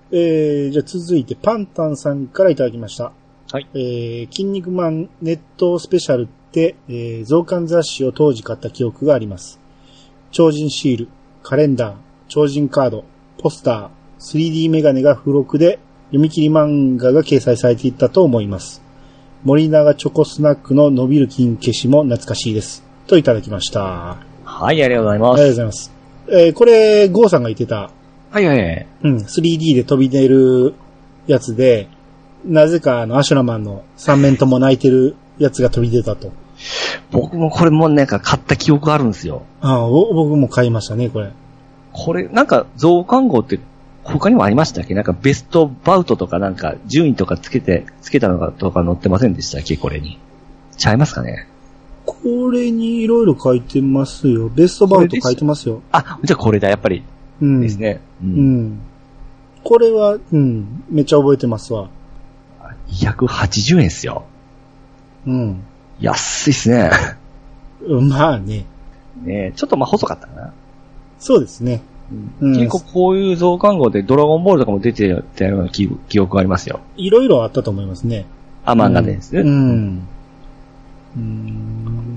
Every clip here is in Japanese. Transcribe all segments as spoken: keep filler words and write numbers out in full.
えー、じゃあ続いてパンタンさんからいただきました。 はい。 えー、筋肉マンネットスペシャルって、えー、増刊雑誌を当時買った記憶があります。超人シール、カレンダー、超人カード、ポスター、スリーディー メガネが付録で読み切り漫画が掲載されていたと思います。森永チョコスナックの伸びる金消しも懐かしいです。といただきました。 はい、ありがとうございます。 ありがとうございます。えー、これ、ゴーさんが言ってた。 はいはいはい。 うん、スリーディー で飛び出るやつで、なぜかあの、アシュラマンの三面とも泣いてるやつが飛び出たと。 僕もこれもなんか買った記憶があるんですよ。 ああ、僕も買いましたね、これ。 これ、なんか増刊号って他にもありましたっけ？なんかベストバウトとかなんか順位とかつけて、つけたのかとか載ってませんでしたっけ？これに。ちゃいますかね？ これにいろいろ書いてますよ。ベストバウト書いてますよ。 あ、じゃあこれだ、やっぱり。うん。ですね。 うん。うん、これは、うん、めっちゃ覚えてますわ。 ひゃくはちじゅうえんっすよ。 うん。 安いっすね。 まあね。 ねちょっとまあ細かったかな。 そうですね。 うん、結構こういう増刊号でドラゴンボールとかも出てたような記憶がありますよ。 いろいろあったと思いますね。 あ、漫画ですね。 うん。うんうん、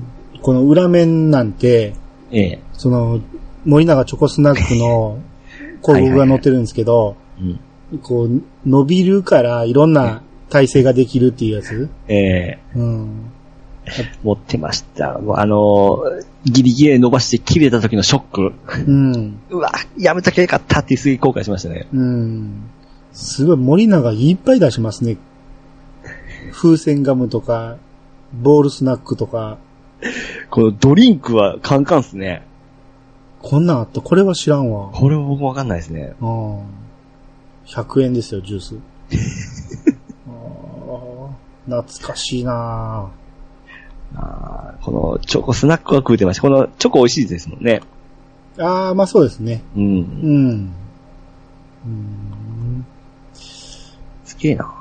この裏面なんて、 ええ、 その、森永チョコスナックの広告が載ってるんですけど、こう、伸びるからいろんな体勢ができるっていうやつ。 ええ、 うん。 持ってました。あの、ギリギリ伸ばして切れた時のショック。うん。うわ、やめときゃよかったってすげえ後悔しましたね。 うん。すごい森永いっぱい出しますね。風船ガムとか、ボールスナックとか。 このドリンクはカンカンっすね。 こんなんあった。これは知らんわ。 これは僕わかんないですね。 うん。ひゃくえんですよ、ジュース。あ懐かしいなぁ。 あこのチョコスナックは食うてました。このチョコ美味しいですもんね。 ああ、まあそうですね。 うん。うん。 うん。 すげえな。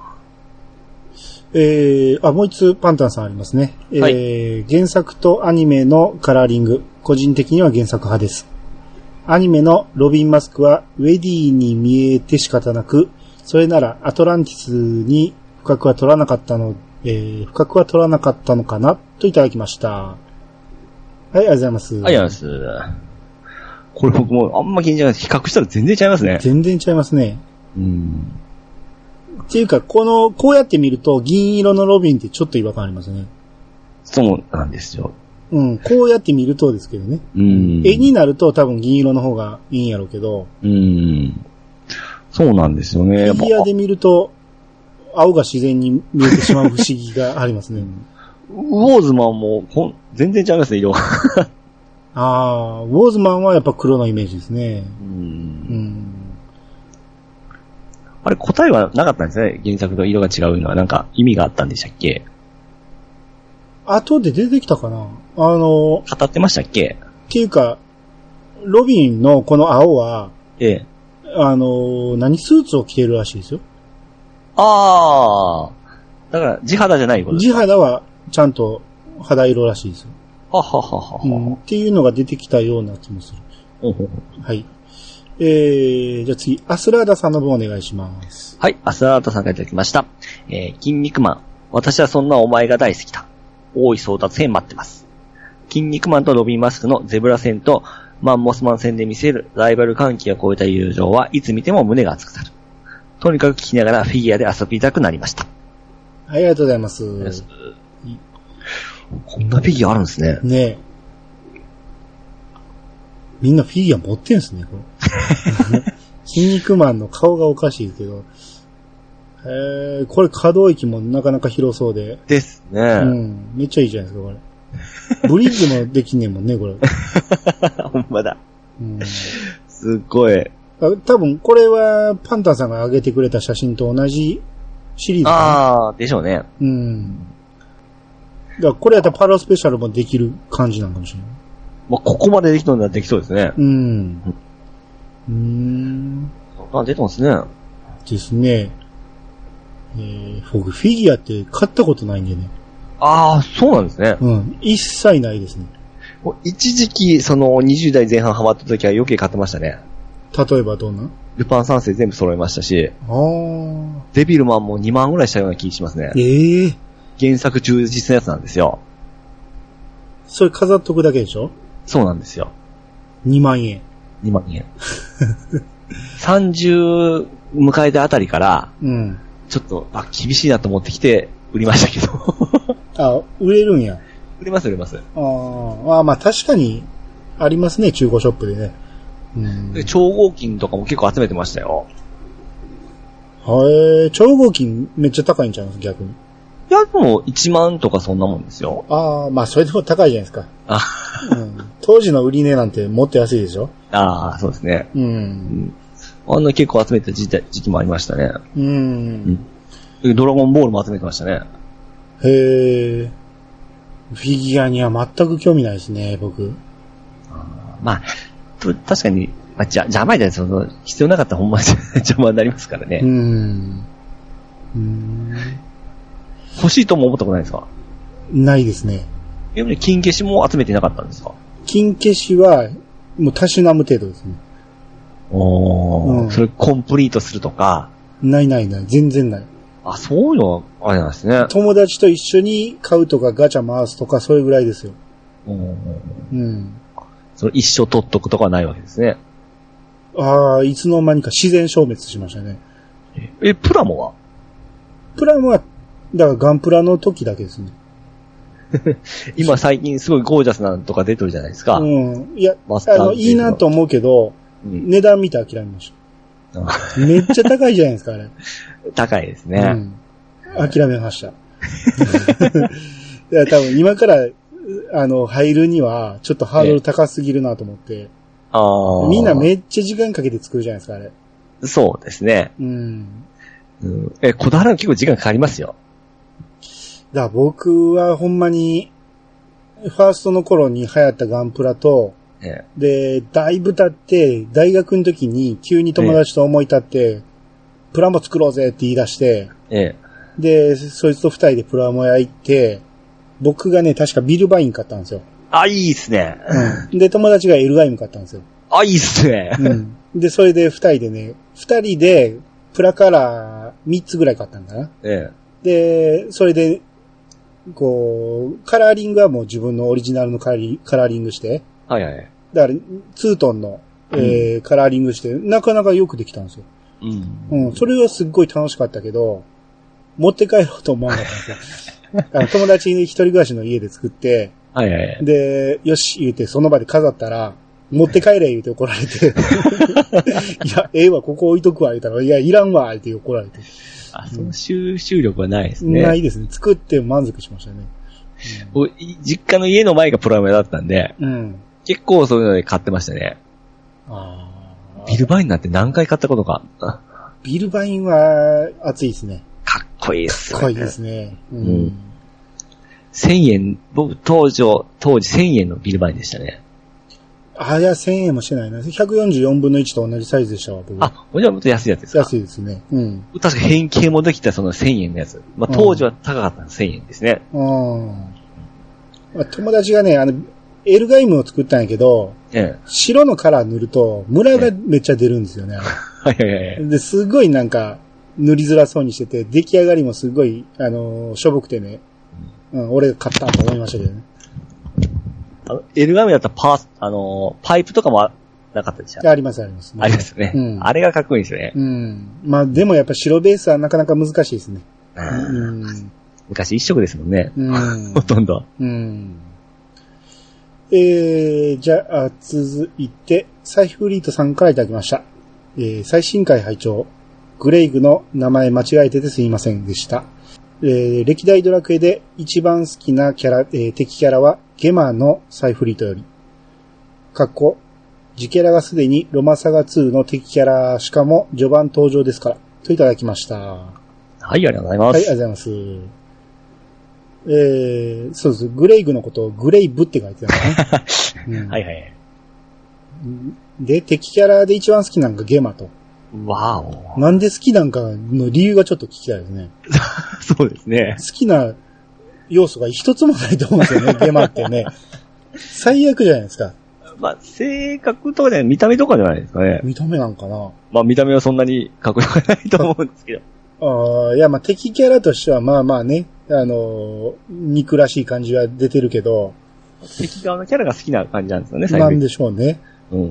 えー、あ、もう一つパンタンさんありますね。えー、はい、原作とアニメのカラーリング。個人的には原作派です。アニメのロビンマスクはウェディに見えて仕方なく、それならアトランティスに深くは取らなかったの、えー、深くは取らなかったのかなといただきました。はい、ありがとうございます。 ありがとうございます。これ僕もあんま気にしない。比較したら全然違いますね。 全然違いますね。 うん。 っていうか、この、こうやって見ると銀色のロビンってちょっと違和感ありますね。 そうなんですよ。 うん、こうやって見るとですけどね。うん。絵になると多分銀色の方がいいんやろうけど。 うん。そうなんですよね。 フィギュアで見ると、青が自然に見えてしまう不思議がありますね。 ウォーズマンもこん全然違いますね、色。 ああ、ウォーズマンはやっぱ黒のイメージですね。うん。うん。 あれ答えはなかったんですね。原作と色が違うのはなんか意味があったんでしたっけ？ 後で出てきたかなあの、 語ってましたっけ？ っていうか、ロビンのこの青は、 ええ。 あの、何スーツを着てるらしいですよ。 ああ。だから、地肌じゃないことですか？ 地肌はちゃんと肌色らしいですよ。 はははは、 うん。っていうのが出てきたような気もする。 ほうほうはい。えー、じゃあ次、アスラーダさんの分お願いします。 はい、アスラーダさんからいただきました。えー、筋肉マン。私はそんなお前が大好きだ。大井争奪戦待ってます。筋肉マンとロビンマスクのゼブラ戦とマンモスマン戦で見せるライバル関係を超えた友情はいつ見ても胸が熱くなる。とにかく聞きながらフィギュアで遊びたくなりました。 はい、ありがとうございます。 こんなフィギュアあるんですね。 ねえ。みんなフィギュア持ってんすね、これ。筋肉マンの顔がおかしいけど。えー、これ可動域もなかなか広そうで。 ですね。 うん。めっちゃいいじゃないですか、これ。ブリッジもできんねんもんね、これ。 ほんまだ。 うん、 すっごい。 多分、これはパンタンさんが上げてくれた写真と同じシリーズかな。 ああ、でしょうね。 うん。だからこれやったらパラスペシャルもできる感じなんかもしれない。 まあ、ここまでできたのはできそうですね。 うん。うーん。 あ、出てますね。 ですね。えー、僕フィギュアって買ったことないんでね。 ああ、そうなんですね。 うん。一切ないですね。 一時期、そのにじゅう代前半ハマった時は余計買ってましたね。 例えばどんな？ ルパン三世全部揃えましたし、 あー。 デビルマンもにまんぐらいしたような気しますね。 ええー。 原作忠実なやつなんですよ。 それ飾っとくだけでしょ？ そうなんですよ。 にまんえん。 にまんえん。さんじゅう迎えたあたりから、 うん。 ちょっと、あ、厳しいなと思ってきて、売りましたけど。 あ、売れるんや。 売れます売れます。 あーあ、まあ確かに、ありますね、中古ショップでね。うん。 で超合金とかも結構集めてましたよ。 へえ、超合金めっちゃ高いんちゃうんです逆に。 いや、でもいちまんとかそんなもんですよ。 ああ、まあそれでも高いじゃないですか。 あ、 うん、当時の売り値なんてもっと安いでしょ？ ああ、そうですね。 うん。 うん、あんな結構集めた時代時期もありましたね。 うん。 うん、ドラゴンボールも集めてましたね。 へえ。フィギュアには全く興味ないですね、僕。 あまあ、確かに、まあ、じゃ、邪魔じゃない、その、必要なかったらほんまに邪魔になりますからね。 うん。うん。 欲しいとも思ったことないですか？ ないですね。 やっぱり金消しも集めてなかったんですか？ 金消しは、もうたしなむ程度ですね。 おー、うん、それコンプリートするとか。 ないないない、全然ない。 あ、そういうのあれなんですね。 友達と一緒に買うとかガチャ回すとかそういうぐらいですよ。 うん。 うん。 それ一生取っとくとかはないわけですね。 ああ、いつの間にか自然消滅しましたね。 え、プラモは？ プラモは、だからガンプラの時だけですね。 今最近すごいゴージャスなのとか出てるじゃないですか。 うん。いや、あの、いいなと思うけど、うん、値段見て諦めました。めっちゃ高いじゃないですか、あれ。 高いですね。うん。 諦めました。いや、多分今から、あの、入るには、ちょっとハードル高すぎるなと思って。ああ。みんなめっちゃ時間かけて作るじゃないですか、あれ。 そうですね。うん。うん、え、こだわるの結構時間かかりますよ。 だから僕はほんまに、ファーストの頃に流行ったガンプラと、ええ、で、だいぶ経って、大学の時に急に友達と思い立って、ええ、プラモ作ろうぜって言い出して、ええ、で、そいつと二人でプラモ屋行って、僕がね、確かビルバイン買ったんですよ。 あ、いいっすね。 うん。で、友達がエルガイム買ったんですよ。 あ、いいっすね。 うん。で、それで二人でね、二人でプラカラー三つぐらい買ったんだな。ええ。で、それで、こう、カラーリングはもう自分のオリジナルのカラーカラーリングして。はいはい。だから、ツートンの、えーうん、カラーリングして、なかなかよくできたんですよ。うん。うん。それはすっごい楽しかったけど、持って帰ろうと思わなかったんですよ。あの友達に一人暮らしの家で作って、はいはいはい。で、よし言うてその場で飾ったら、持って帰れ言うて怒られて、いや、ええわ、ここ置いとくわ言うたら、いや、いらんわ言うて怒られて。 あ、その収集力はないですね。 ないですね。作って満足しましたね。 うん、実家の家の前がプラモ屋だったんで、うん、結構そういうので買ってましたね。あビルバインなんて何回買ったことか。 ビルバインは熱いですね。 かっこいいですね。かっこいいですね。うん。うん、 千円、僕当時、当時千円のビルバインでしたね。 あ、いや、千円もしてないな。ひゃくよんじゅうよんぶんのいちと同じサイズでしたわ、僕。 あ、じゃあもっと安いやつですか？ 安いですね。うん。 確か変形もできたその千円のやつ。まあ当時は高かったの千円ですね。うん。 まあ、友達がね、あの、エルガイムを作ったんやけど、ええ、白のカラー塗ると、ムラがめっちゃ出るんですよね。はいはいはい。で、すごいなんか、塗りづらそうにしてて、出来上がりもすごい、あのー、しょぼくてね、うん、うん、俺が買ったと思いましたけどね。 あの、エルガイムだったらパース、あのー、パイプとかもなかったでしょ？ ありますあります、 ね。ありますね、うん。あれがかっこいいですよね。 うん。まあでもやっぱ白ベースはなかなか難しいですね。うん、 昔一色ですもんね。うん、ほとんど。うん。 えー、じゃあ、続いて、サイフリートさんからいただきました。えー、最新回拝聴グレイグの名前間違えててすいませんでした。えー、歴代ドラクエで一番好きなキャラ、えー、敵キャラはゲマのサイフリートより。かっこ、次キャラがすでにロマサガツーの敵キャラ、しかも序盤登場ですから。といただきました。はい、 ありがとうございます。 はい、ありがとうございます。えー、そうです。グレイグのことをグレイブって書いてたね、うん。はいはい。で、敵キャラで一番好きなのがゲマと。わお。なんで好きなんかの理由がちょっと聞きたいですね。 そうですね。 好きな要素が一つもないと思うんですよね、ゲマってね。最悪じゃないですか。 まあ、性格とかで見た目とかじゃないですかね。 見た目なんかな。 まあ、見た目はそんなにかっこよくないと思うんですけど。ああ、いや、まあ、敵キャラとしては、まあまあね、あの、憎らしい感じが出てるけど。 敵側のキャラが好きな感じなんですよね、最近。なんでしょうね。うん、うん。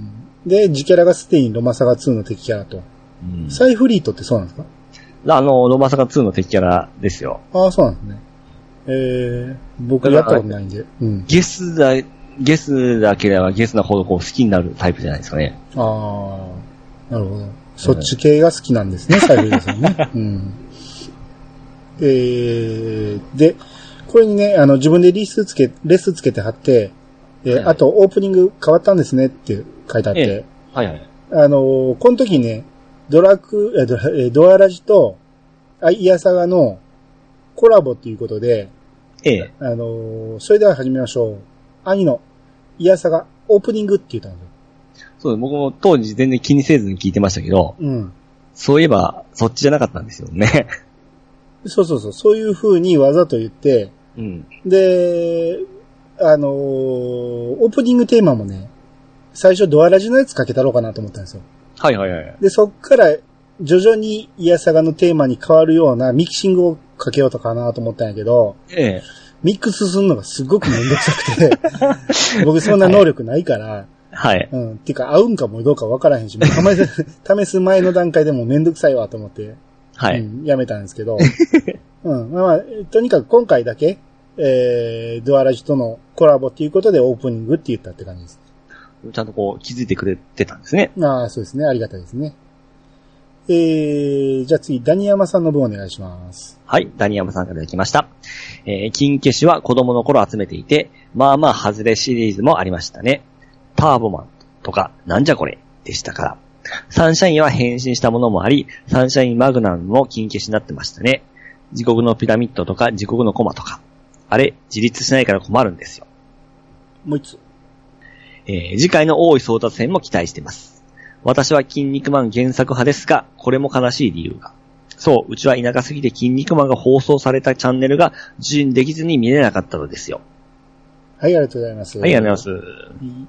で、次キャラがすでにロマサガツーの敵キャラと。うん、サイフリートってそうなんですか？ あの、ロマサガツーの敵キャラですよ。 ああ、そうなんですね。えー、僕やったことないんで。 うん、ゲスだ、ゲスだければゲスなほどこう好きになるタイプじゃないですかね。 ああ、なるほど。そっち系が好きなんですね、サイフリートさんね。うん。えー、で、これにね、あの、自分でリスつけ、レスつけて貼って、えーはいはい、あと、オープニング変わったんですねって書いてあって、ええ、 はいはい。 あのー、この時ね、ドラク、えドラ、えドアラジと、あ、イヤサガのコラボっていうことで、 ええ。 あのー、それでは始めましょう。兄のイヤサガオープニングって言ったんですよ。 そう、僕も当時全然気にせずに聞いてましたけど、うん。そういえば、そっちじゃなかったんですよね。 そうそうそう、そういう風にわざと言って、うん。で、あのー、オープニングテーマもね、最初ドアラジのやつかけたろうかなと思ったんですよ。 はいはいはい。 で、そっから徐々にイヤサガのテーマに変わるようなミキシングをかけようとかなと思ったんやけど、ええ。ミックスするのがすごくめんどくさくて、僕そんな能力ないから、はい。はい、うん。っていうか合うんかもどうかわからへんし、試す、試す前の段階でもめんどくさいわと思って、はい。うん、やめたんですけど、うん。まあ、とにかく今回だけ、えー、ドアラジとのコラボっていうことでオープニングって言ったって感じです。 ちゃんとこう気づいてくれてたんですね。 ああ、そうですね。ありがたいですね。えー、じゃあ次、ダニヤマさんの分お願いします。 はい、ダニヤマさんからいただきました。えー、金消しは子供の頃集めていて、まあまあ外れシリーズもありましたね。ターボマンとか、なんじゃこれでしたから。サンシャインは変身したものもあり、サンシャインマグナムも金消しになってましたね。地獄のピラミッドとか地獄のコマとか。あれ、自立しないから困るんですよ。 もう一つ。 えー、次回の大井争奪戦も期待しています。私は筋肉マン原作派ですが、これも悲しい理由が。そう、うちは田舎すぎて筋肉マンが放送されたチャンネルが受信できずに見れなかったのですよ。 はい、ありがとうございます。 はい、ありがとうございます。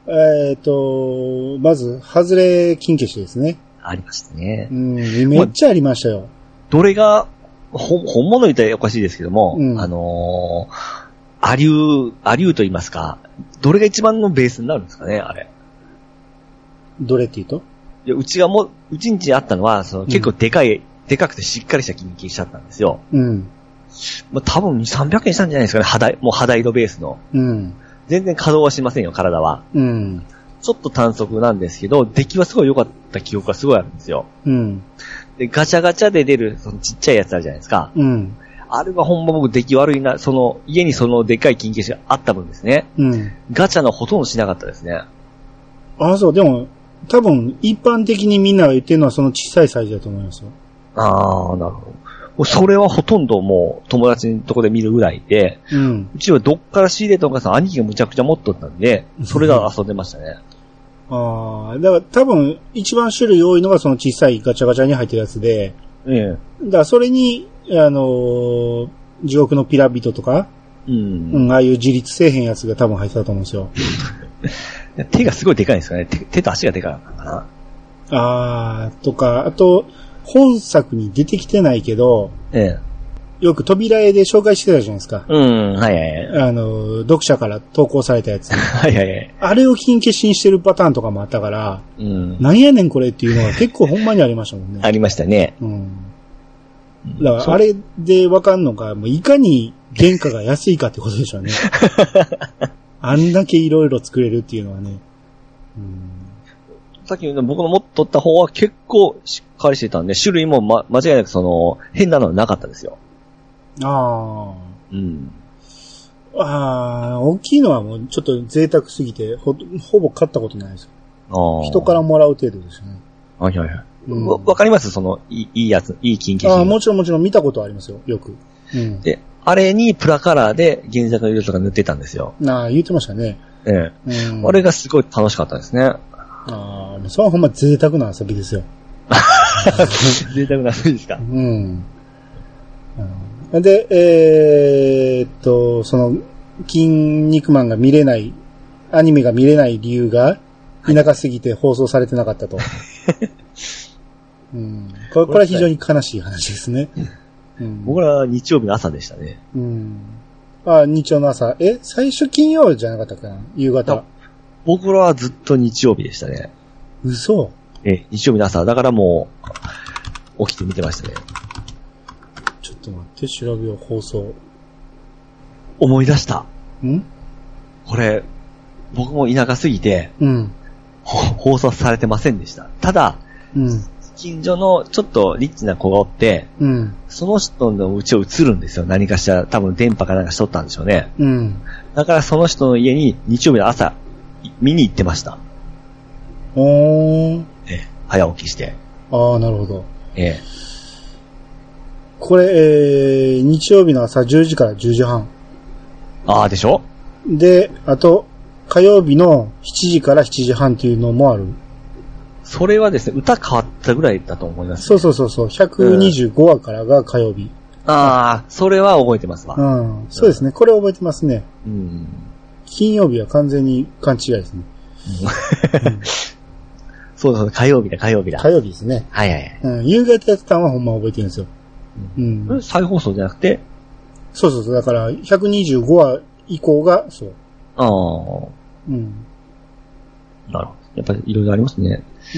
えっ、ー、と、まず、外れ金消しですね。 ありましたね。 うん、めっちゃありましたよ。 どれが、ほ、本物言ったらおかしいですけども、うん、あのー、アリュー、アリューと言いますか、どれが一番のベースになるんですかね、あれ。 どれって言うと？ いや、うちがもう、うちんちにあったのは、その結構でかい、うん、でかくてしっかりした金消しだったんですよ。うん。まあ、多分にせんさんびゃくえんしたんじゃないですかね、肌、もう肌色ベースの。うん。全然稼働はしませんよ、体は。うん。ちょっと短足なんですけど、出来はすごい良かった記憶がすごいあるんですよ。うん。で、ガチャガチャで出る、そのちっちゃいやつあるじゃないですか。うん。あれはほんま僕出来悪いな、その、家にそのでっかい金消しがあった分ですね。うん。ガチャのほとんどしなかったですね。 ああ、そう、でも、多分、一般的にみんなが言ってるのはその小さいサイズだと思いますよ。 ああ、なるほど。もうそれはほとんどもう友達のとこで見るぐらいで、うん。うちはどっから仕入れたのかさ、兄貴がむちゃくちゃ持っとったんで、それが遊んでましたね。 ああ、だから多分、一番種類多いのがその小さいガチャガチャに入ってるやつで、ええ。だからそれに、あのー、地獄のピラビットとか、うん、うん、ああいう自立せえへんやつが多分入ってたと思うんですよ。 手がすごいでかいんですかね。手、手と足がでかいのかな。 ああ、とか、あと、本作に出てきてないけど、ええ、よく扉絵で紹介してたじゃないですか。 うん、はいはいはい。 あの、読者から投稿されたやつ。 はいはいはい。 あれを金消しにしてるパターンとかもあったから、うん。なんやねんこれっていうのが結構ほんまにありましたもんね。 ありましたね。うん。 だから、あれでわかんのか、もういかに原価が安いかってことでしょうね。あんだけいろいろ作れるっていうのはね。 うん、さっきの僕の持っとった方は結構しっかりしてたんで、種類も、ま、間違いなくその、変なのはなかったですよ。 ああ。うん。ああ、大きいのはもうちょっと贅沢すぎて、ほ、ほぼ買ったことないですよ。ああ。人からもらう程度ですね。 はいはいはい。うん、わ, わかりますそのいい、いいやつ、いい金消し。 ああ、もちろんもちろん見たことありますよ、よく。 うん。で、あれにプラカラーで原作の色とか塗ってたんですよ。 ああ、言ってましたね。ええ。うん、あれがすごい楽しかったですね。ああ、それはほんま贅沢な遊びですよ。 贅沢な遊びですか。うん。 で、えー、っと、その、筋肉マンが見れないアニメが見れない理由が、田舎すぎて放送されてなかったと。うん、これ、これは非常に悲しい話ですね。うん、 僕らは日曜日の朝でしたね。 うん。あ、日曜の朝。え、最初金曜じゃなかったかな夕方。 僕らはずっと日曜日でしたね。 嘘？ え、日曜日の朝。だからもう、起きて見てましたね。 ちょっと待って、調べよう、放送。 思い出した。 ん？これ、僕も田舎すぎて、 うん。 放送されてませんでした。ただ、 うん。 近所のちょっとリッチな子がおって、 うん。 その人の家を映るんですよ。何かしら、多分電波かなんかしとったんでしょうね。 うん。だからその人の家に日曜日の朝、見に行ってました。 おー。 え、早起きして。 ああ、なるほど。 ええ。 これ、えー、日曜日の朝じゅうじからじゅうじはん。 ああ、でしょ？ で、あと、火曜日のしちじからしちじはんっていうのもある。 それはですね、歌変わったぐらいだと思います、ね。 そうそうそうそう。ひゃくにじゅうごわからが火曜日。 うん、ああ、それは覚えてますわ。 うん。そうですね。これ覚えてますね。 うん。 金曜日は完全に勘違いですね。 うん、そうそう、火曜日だ、火曜日だ。 火曜日ですね。 はいはいはい。 うん。夕方やってたのはほんま覚えてるんですよ。 うん。うん、再放送じゃなくて？ そうそうそう。だから、ひゃくにじゅうごわ以降が、そう。 ああ。 うん。 なるほど。やっぱりいろいろありますね。 うん。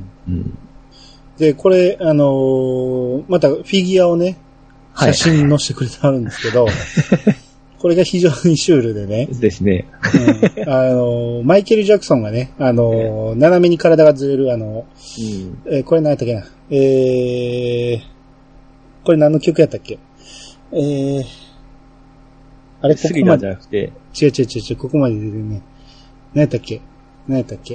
うん。 で、これ、あのー、またフィギュアをね、写真載せてくれてあるんですけど、はい、これが非常にシュールでね。 ですね。 うん、あのー、マイケル・ジャクソンがね、あのー、斜めに体がずれる、あの、うんえー、これ何やったっけな。えー、これ何の曲やったっけえー、あれ、ここまで。 じゃなくて。 違う違う違う違う、ここまで出てるね。何やったっけ何やったっけ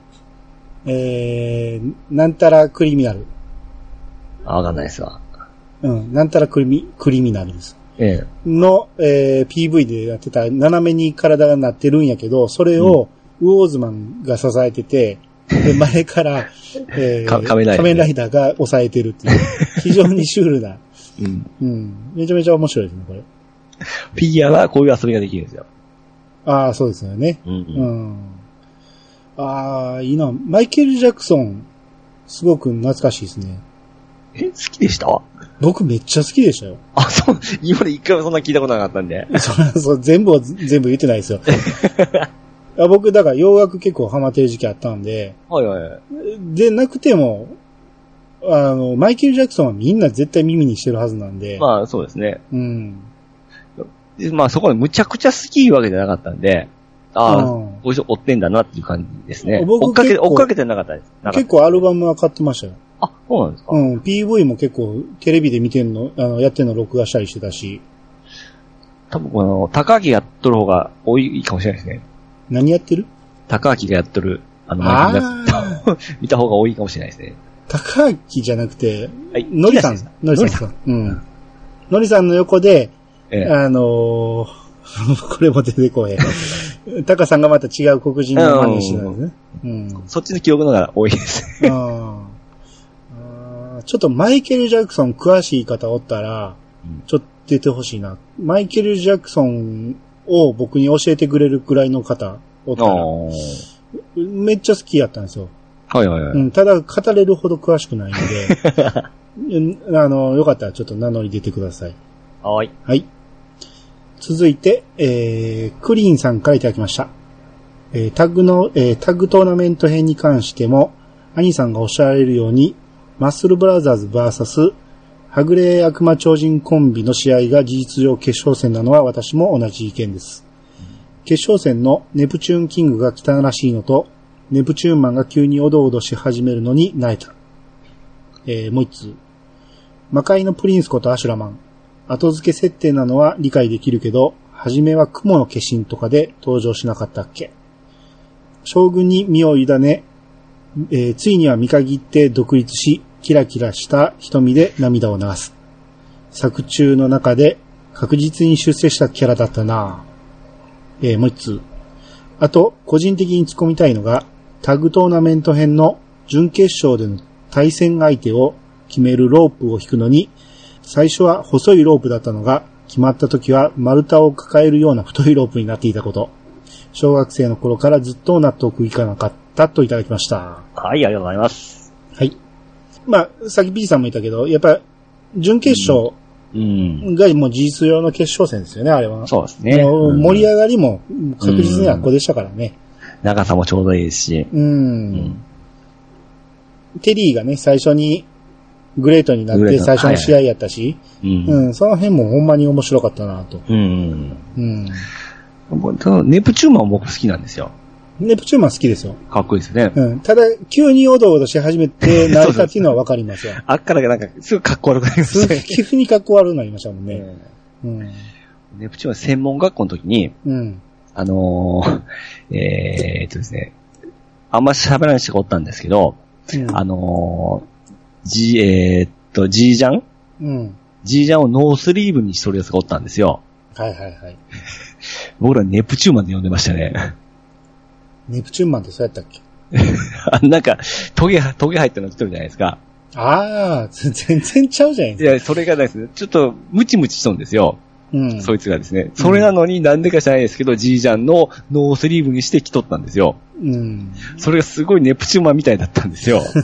えー、なんたらクリミナル。 あ、わかんないですわ。 うん、なんたらクリミ、クリミナルです。 ええ。 の、えー、ピーブイ でやってた、斜めに体がなってるんやけど、それを、ウォーズマンが支えてて、で、前から、えー、仮面ライダー、仮面ライダーが抑えてるっていう、非常にシュールな。 うん。 うん。めちゃめちゃ面白いですね、これ。 フィギュアはこういう遊びができるんですよ。 ああ、そうですよね。 うん、うん。 うん。ああ、いいな。マイケル・ジャクソン、すごく懐かしいですね。 え、好きでした？ 僕めっちゃ好きでしたよ。 あ、そう、今まで一回もそんな聞いたことなかったんで。 そうそう、全部を全部言ってないですよ。あ僕、だから洋楽結構ハマってる時期あったんで。 はいはいはい。 で、なくても、あの、マイケル・ジャクソンはみんな絶対耳にしてるはずなんで。 まあ、そうですね。 うん。 まあ、そこでむちゃくちゃ好きわけじゃなかったんで、ああ、こういう人追ってんだなっていう感じですね。追っかけ、追っかけてなかったです。 結構アルバムは買ってましたよ。 あ、そうなんですか？ うん、ピーブイ も結構テレビで見てんの、あの、やってんの録画したりしてたし。 多分この、高木やっとる方が多いかもしれないですね。 何やってる？ 高木がやっとる、あの、マイケルやつ見た方が多いかもしれないですね。 高木じゃなくて、 はい、 のりさん。のりさん。うん。のりさんの横で、ええ、あのー、これも出てこへん。タカさんがまた違う黒人の真似してたんですね。うん。 そっちの記憶の方が多いですああ。ちょっとマイケル・ジャクソン詳しい方おったら、ちょっと出てほしいな。マイケル・ジャクソンを僕に教えてくれるくらいの方おったら、めっちゃ好きやったんですよ。 はいはいはい。 うん、ただ語れるほど詳しくないんで、あの、よかったらちょっと名乗り出てください。 はい。 はい。続いて、えー、クリーンさんからいただきました。えー、タグの、えー、タグトーナメント編に関しても、兄さんがおっしゃられるように、マッスルブラザーズ ブイエス はぐれ悪魔超人コンビの試合が事実上決勝戦なのは私も同じ意見です。うん、決勝戦のネプチューンキングが汚らしいのと、ネプチューンマンが急におどおどし始めるのに萎えた。えー、もう一つ。魔界のプリンスことアシュラマン。後付け設定なのは理解できるけど、初めは雲の化身とかで登場しなかったっけ。将軍に身を委ね、えー、ついには見限って独立し、キラキラした瞳で涙を流す。作中の中で確実に出世したキャラだったなぁ。えー、もう一つ。あと、個人的に突っ込みたいのが、タグトーナメント編の準決勝での対戦相手を決めるロープを引くのに、最初は細いロープだったのが、決まった時は丸太を抱えるような太いロープになっていたこと。 小学生の頃からずっと納得いかなかったといただきました。 はい、ありがとうございます。 はい。まあ、さっき P さんも言ったけど、やっぱ、準決勝がもう事実上の決勝戦ですよね、あれは。 そうですね。 盛り上がりも確実にあっこでしたからね。 長さもちょうどいいですし。 うん。うん、テリーがね、最初にグレートになって最初の試合やったし、はいはい、うん、うん、その辺もほんまに面白かったなと。うん。 うん。ネプチューマンも僕好きなんですよ。 ネプチューマン好きですよ。 かっこいいですね。 うん。ただ、急におどおどし始めて、なれたっていうのはわかりますよ。 あっからがなんか、すぐかっこ悪くなりましたね。 急にかっこ悪くなりましたもんね。うん。 ネプチューマン専門学校の時に、うん。あのー、えーっとですね、あんま喋らない人がおったんですけど、うん、あのー、G、えー、っと、G ジャンうん。G ジャンをノースリーブにしとるやつがおったんですよ。 はいはいはい。 僕らネプチューマンで呼んでましたね。 ネプチューンマンってそうやったっけなんか、トゲ、トゲ入ったの来てるじゃないですか。 ああ、全然ちゃうじゃないですか。 いや、それがですね、ちょっとムチムチしとるんですよ。うん。そいつがですね。それなのになんでか知らないですけど、G ジャンのノースリーブにして着とったんですよ。うん。それがすごいネプチューンマンみたいだったんですよ。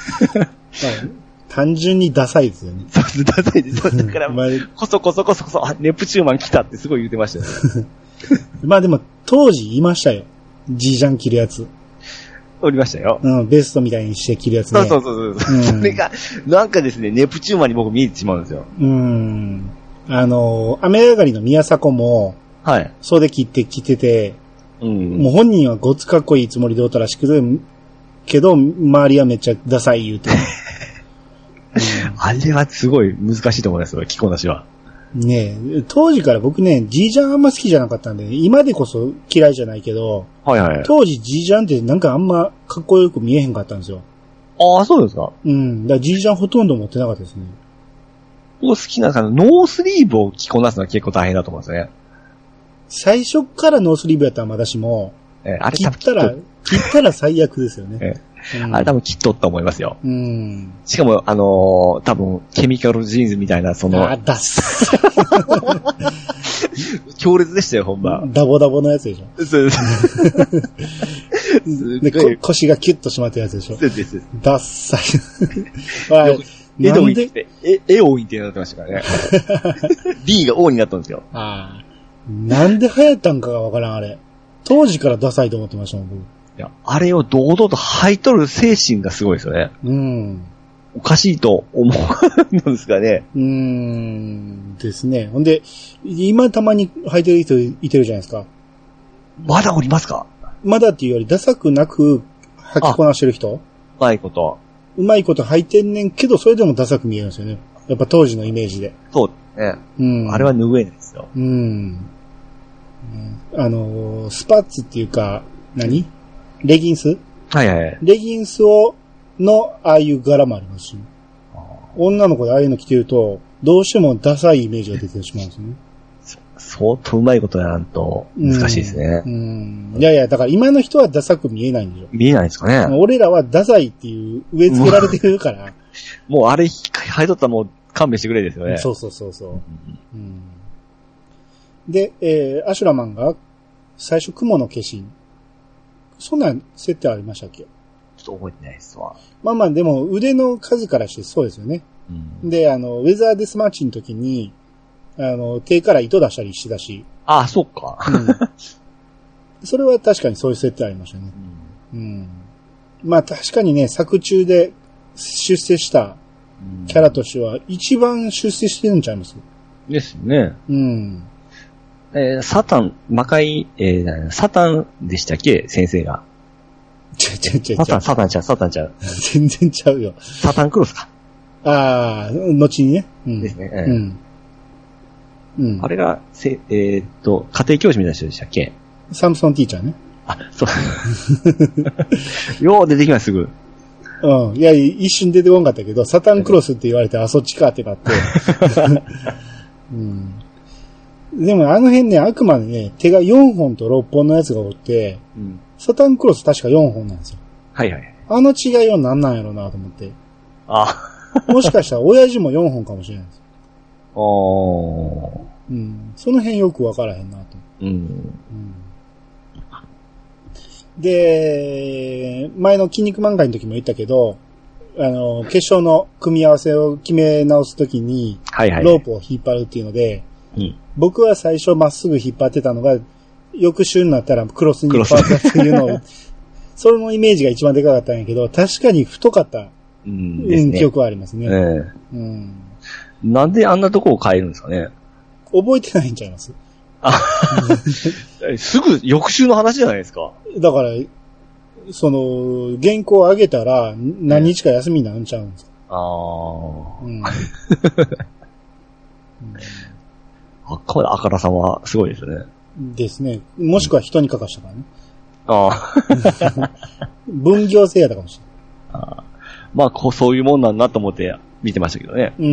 単純にダサいですよね。 そうです、ダサいです。だから、こそこそこそこそ、あ、ネプチューンマン来たってすごい言ってましたよね。 まあでも、当時いましたよ。G ジャン着るやつ。 おりましたよ。 うん、ベストみたいにして着るやつね。 そうそうそうそう、うん。それが、なんかですね、ネプチューンマンに僕見えてしまうんですよ。 うん。あの、雨上がりの宮迫も、はい。袖切って着てて、うん。もう本人はごつかっこいいつもりでおったらしくて、けど、周りはめっちゃダサい言うて。うん、 あれはすごい難しいと思いますよ、着こなしは。 ねえ、当時から僕ね、G ジャンあんま好きじゃなかったんで、今でこそ嫌いじゃないけど、はいはい。当時 G ジャンってなんかあんまかっこよく見えへんかったんですよ。 ああ、そうですか。 うん。だから G ジャンほとんど持ってなかったですね。 僕好きなのはノースリーブを着こなすのは結構大変だと思うんですね。 最初からノースリーブやったらまだしも、えー、あれ切ったら、切ったら最悪ですよね。えーうん、 あれ多分きっとと思いますよ。うん。しかも、あのー、多分、ケミカルジーンズみたいな、その。 あ、ダッサ。 強烈でしたよ、ほんま。 ダボダボのやつでしょ。そうです。で、こ、腰がキュッと締まったやつでしょ。そうです。ダッサい。 絵で置いて、絵、絵を置いてなってましたからね。D が O になったんですよ。ああ。 なんで流行ったんかがわからん、あれ。当時からダサいと思ってましたもん、僕。 いや、あれを堂々と履いとる精神がすごいですよね。うん。おかしいと思うんですかね。 うーん。ですね。ほんで、今たまに履いてる人いてるじゃないですか。 まだおりますか？ まだっていうよりダサくなく履きこなしてる人？ うまいこと。 うまいこと履いてんねんけど、それでもダサく見えるんですよね。やっぱ当時のイメージで。 そうね。うん。あれは拭えないですよ。 うん。あの、スパッツっていうか、何？レギンス？ はいはいはい。 レギンスを、の、ああいう柄もありますし、女の子でああいうの着てると、どうしてもダサいイメージが出てしまうんですよね。 相当うまいことやらんと、難しいですね。 うん。うん。いやいや、だから今の人はダサく見えないんですよ。 見えないですかね。 俺らはダサいっていう植え付けられてるから。 もうあれ、履いとったらもう勘弁してくれですよね。 そうそうそうそう。うん、で、えー、アシュラマンが、最初雲の化身。そんな設定ありましたっけ？ ちょっと覚えてないですわ。 まあまあでも腕の数からしてそうですよね。うん、で、あの、ウェザーデスマッチの時に、あの、手から糸出したりしてたし。 ああ、そっか、 うん。それは確かにそういう設定ありましたね。うん。うん、まあ確かにね、作中で出世したキャラとしては一番出世してるんちゃいます？ ですね。うん。えー、サタン、魔界、えー、サタンでしたっけ先生が。 ちゃちゃちゃちゃ。 サタン、サタンちゃう、サタンちゃう。 全然ちゃうよ。 サタンクロスか。 ああ、後にね。 うん、ですね。うん。うん。あれが、せ、えー、っと、家庭教師みたいな人でしたっけ？ サムソンティーチャーね。あ、そう。 よう出てきます、すぐ。 うん。いや、一瞬出てこんかったけど、サタンクロスって言われて、あ、そっちかってなって。うん。でもあの辺ね、あくまでね、手がよんほんとろっぽんのやつがおって、うん、サタンクロス確かよんほんなんですよ。はいはい。あの違いは何なんやろうなと思って。あもしかしたら親父もよんほんかもしれないです。ああ。うん。その辺よくわからへんなと。うん。うん、 で、前の筋肉漫画の時も言ったけど、あの、決勝の組み合わせを決め直すときに、 はいはい。 ロープを引っ張るっていうので、 うん、 僕は最初まっすぐ引っ張ってたのが、翌週になったらクロスに変わったっていうのを、そのイメージが一番でかかったんやけど、確かに太かった、うん、ですね、記憶はありますね、えーうん。なんであんなとこを変えるんですかね。 覚えてないんちゃいます？ あすぐ翌週の話じゃないですか。 だから、その、原稿を上げたら何日か休みになっちゃうんですか。ああ。うん。 あっか、あからさんはすごいですよね。 ですね。もしくは人に書かしたからね。 ああ。 分業制やったかもしれない。 ああ。まあ、こう、そういうもんなんだと思って見てましたけどね。 うん。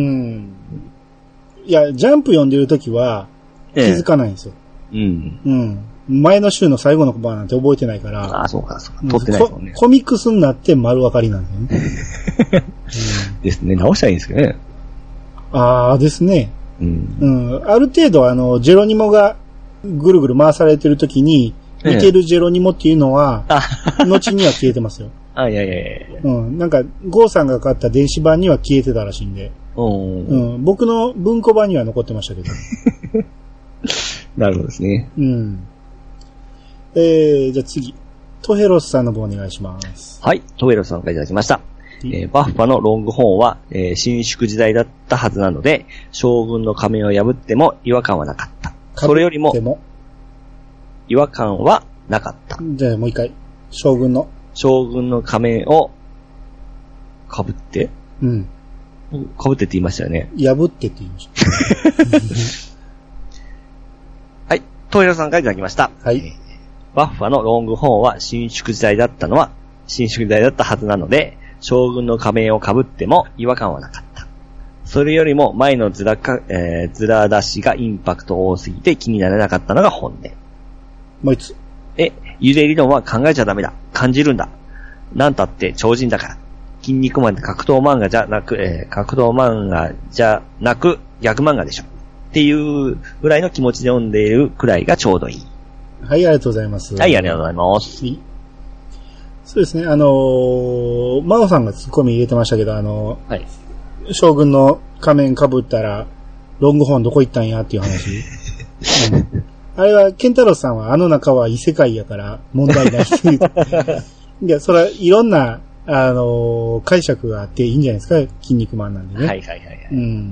いや、ジャンプ読んでるときは気づかないんですよ。ええ、うん。うん。前の週の最後のコマなんて覚えてないから。 ああ、そうか、そうか。撮ってないですもんね。 コミックスになって丸分かりなんだよね。 うん、ですね。直したらいいんですけどね。 ああ、ですね。 うん。 うん。ある程度、あの、ジェロニモがぐるぐる回されてるときに、似てるジェロニモっていうのは、ええ、後には消えてますよ。 あ、いやいやいや。 うん。なんか、ゴーさんが買った電子版には消えてたらしいんで。うん。僕の文庫版には残ってましたけど。 なるほどですね。 うん。えー、じゃあ次。トヘロスさんの方お願いします。 はい。トヘロスさんからいただきました。えー、バッファのロングホーンは、えー、伸縮時代だったはずなので、将軍の仮面を破っても違和感はなかった。それよりも、違和感はなかった。 じゃあもう一回。将軍の。 将軍の仮面を、被ってうん。 被ってって言いましたよね。 破ってって言いました。 はい。トイラさんからいただきました。 はい。 バッファのロングホーンは伸縮時代だったのは、伸縮時代だったはずなので、将軍の仮面を被っても違和感はなかった。それよりも前のズラか、えー、ズラ出しがインパクト多すぎて気にならなかったのが本音。 もう一つ。 え、ゆで理論は考えちゃダメだ。感じるんだ。なんたって超人だから。筋肉マンって格闘漫画じゃなく、えー、格闘漫画じゃなく逆漫画でしょ。っていうぐらいの気持ちで読んでいるくらいがちょうどいい。 はい、ありがとうございます。 はい、ありがとうございます。 そうですね、あのー、マオさんがツッコミ入れてましたけど、あのー、 はい。 将軍の仮面被ったら、ロングホーンどこ行ったんやっていう話。うん、あれは、ケンタロウさんはあの中は異世界やから問題ないっていう。いや、それはいろんな、あのー、解釈があっていいんじゃないですか、筋肉マンなんでね。 はいはいはい、はい。 うん。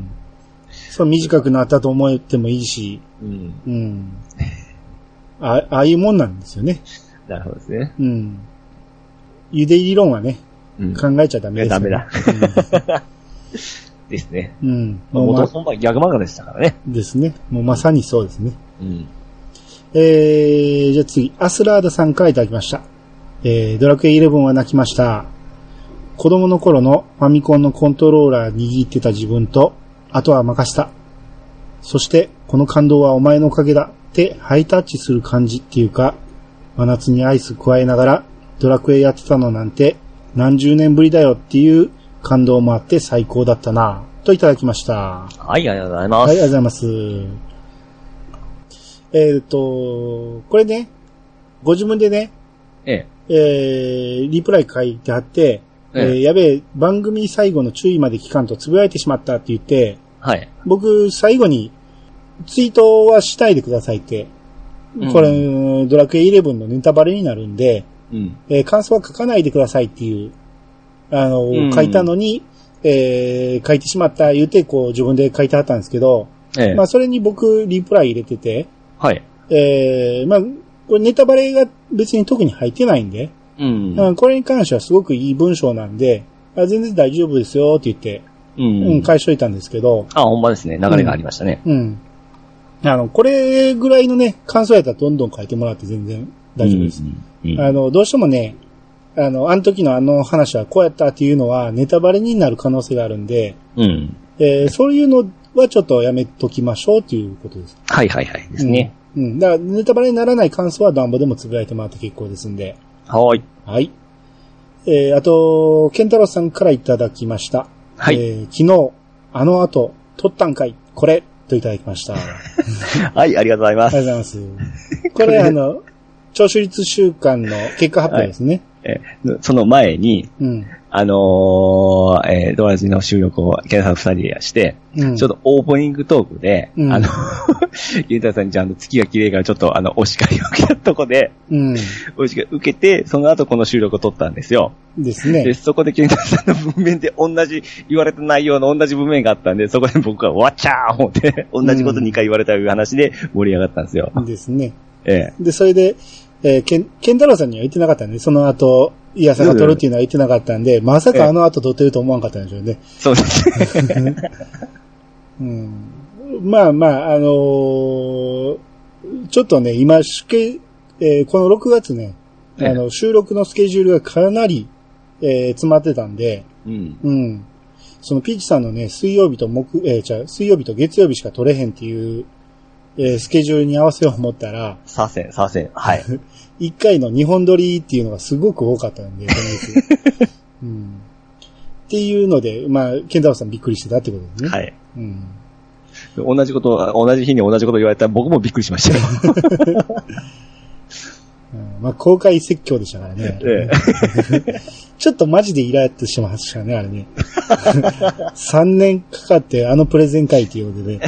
そう短くなったと思ってもいいし、 うん。 うん。あ, ああいうもんなんですよね。 なるほどですね。 うん。ゆで理論はね、うん、考えちゃダメです、ね。 ダメだ。うんですね。 うん。 もう元々はギャグ漫画でしたからね。 ですね。もうまさにそうですね。 うん。 えー、じゃあ次、アスラーダさんからいただきました。えー、ドラクエイレブンは泣きました。子供の頃のファミコンのコントローラー握ってた自分と、あとは任せた。そして、この感動はお前のおかげだってハイタッチする感じっていうか、真夏にアイス加えながらドラクエやってたのなんて何十年ぶりだよっていう感動もあって最高だったなといただきました。 はい、ありがとうございます。はい、 ありがとうございます。えっと、これね、ご自分でね、 ええ、 えー、リプライ書いてあって、えええー、やべえ、番組最後の注意まで聞かんとつぶやいてしまったって言って、 はい。 僕、最後に、ツイートはしないでくださいって、うん、これ、ドラクエイレブンのネタバレになるんで、 うんえー、感想は書かないでくださいっていう、あの、うん、書いたのに、えー、書いてしまった言うて、こう、自分で書いてあったんですけど、 ええ、 まあ、それに僕、リプライ入れてて、 はい。 えー、まあ、これネタバレが別に特に入ってないんで、 うんうん、これに関してはすごくいい文章なんで、あ全然大丈夫ですよって言って、 うん、 うん、返しといたんですけど。 あ、ほんまですね。流れがありましたね。 うん。うん、あの、これぐらいのね、感想やったらどんどん書いてもらって全然大丈夫です。うんうん、あの、どうしてもね、あの、あの時のあの話はこうやったっていうのはネタバレになる可能性があるんで、 うん。 えー、そういうのはちょっとやめときましょうっていうことです。 はいはいはいですね。 うん。うん、だからネタバレにならない感想は暖房でもつぶやいてもらって結構ですんで。 はい。 はい。えー、あと、ケンタロウさんからいただきました。 はい。 えー、昨日、あの後、撮ったんかい、これ、といただきました。 はい、ありがとうございます。 ありがとうございます。これあの、 聴取率週間の結果発表ですね。 はい、えその前に、うん、あのー、えー、ドラジの収録をケンタさん二人でして、うん、ちょっとオープニングトークで、うん、あの、ケンタさんにちゃんと月が綺麗からちょっとあの、お叱りを受けたとこで、うん、お叱り受けて、その後この収録を撮ったんですよ。ですね。で、そこでケンタさんの文面で同じ、言われた内容の同じ文面があったんで、そこで僕はわっちゃー思って、同じことにかい言われたいう話で盛り上がったんですよ。 ですね。ええ。で、それで、えー、ケン、ケンタロウさんには言ってなかったんで、その後、いや、さが撮るっていうのは言ってなかったんで、まさかあの後撮ってると思わんかったんでしょうね。 そうですね。 うん、まあまあ、あのー、ちょっとね、今、えー、このろくがつね、あの、収録のスケジュールがかなり、えー、詰まってたんで、うん。うん。そのピーチさんのね、水曜日と木、えー、じゃ水曜日と月曜日しか撮れへんっていう、えー、スケジュールに合わせようと思ったら、 させん、させん、はい。 一回の二本撮りっていうのがすごく多かったんで、うん、っていうので、まあ、ケンタロウさんびっくりしてたってことですね。はい。うん、 同じこと、同じ日に同じこと言われたら僕もびっくりしましたよ。 うん、まあ、公開説教でしたからね。ええ、ちょっとマジでイラッとしてましたね、あれね。さんねんかかってあのプレゼン会っていうことでね。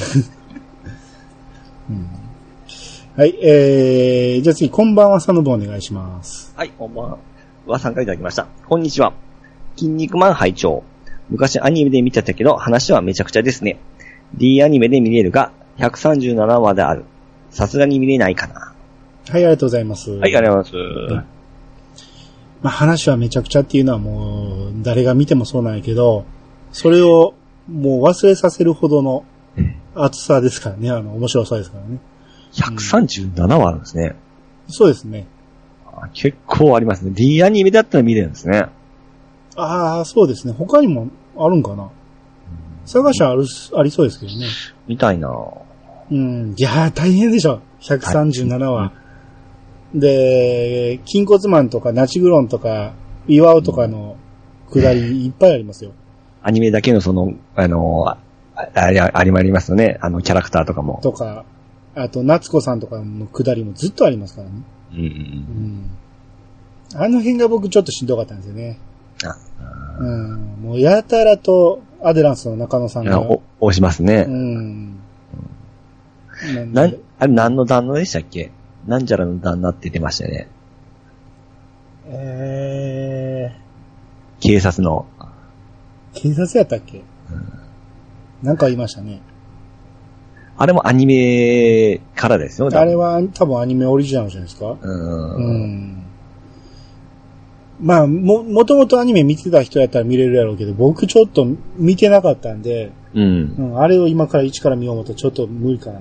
うん、はい、えー、じゃあ次、こんばんはさんの分お願いします。 はい、こんばんは参加いただきました。こんにちは。筋肉マン拝聴。昔アニメで見てたけど、話はめちゃくちゃですね。D アニメで見れるが、ひゃくさんじゅうななわである。さすがに見れないかな。 はい、ありがとうございます。 はい、ありがとうございます。 まあ、話はめちゃくちゃっていうのはもう、誰が見てもそうなんやけど、それをもう忘れさせるほどの厚さですからね、あの、面白さですからね。 ひゃくさんじゅうななわあるんですね。 そうですね。 あ、結構ありますね。D アニメだったら見れるんですね。 ああ、そうですね。他にもあるんかな。探しはある、ありそうですけどね。 見たいな。 うん。いやー、大変でしょ。ひゃくさんじゅうななわ。はい、で、筋骨マンとかナチグロンとか、イワオとかのくだりいっぱいありますよ。 アニメだけのその、あの、あ、あれ、ありもありますよね。あの、キャラクターとかも。とか、あと、夏子さんとかのくだりもずっとありますからね。うんうんうん。あの辺が僕ちょっとしんどかったんですよね。あうん。もうやたらとアデランスの中野さんが。お、押しますね。うん。なん、あれ何の旦那でしたっけ？なんじゃらの旦那って言ってましたよね。えー。警察の。 警察やったっけ？うん、なんか言いましたね。 あれもアニメからですよ。 あれは多分アニメオリジナルじゃないですか。うん。うん。まあ、も、もともとアニメ見てた人やったら見れるやろうけど、僕ちょっと見てなかったんで、うん。うん、あれを今から一から見よう思ったらちょっと無理かな。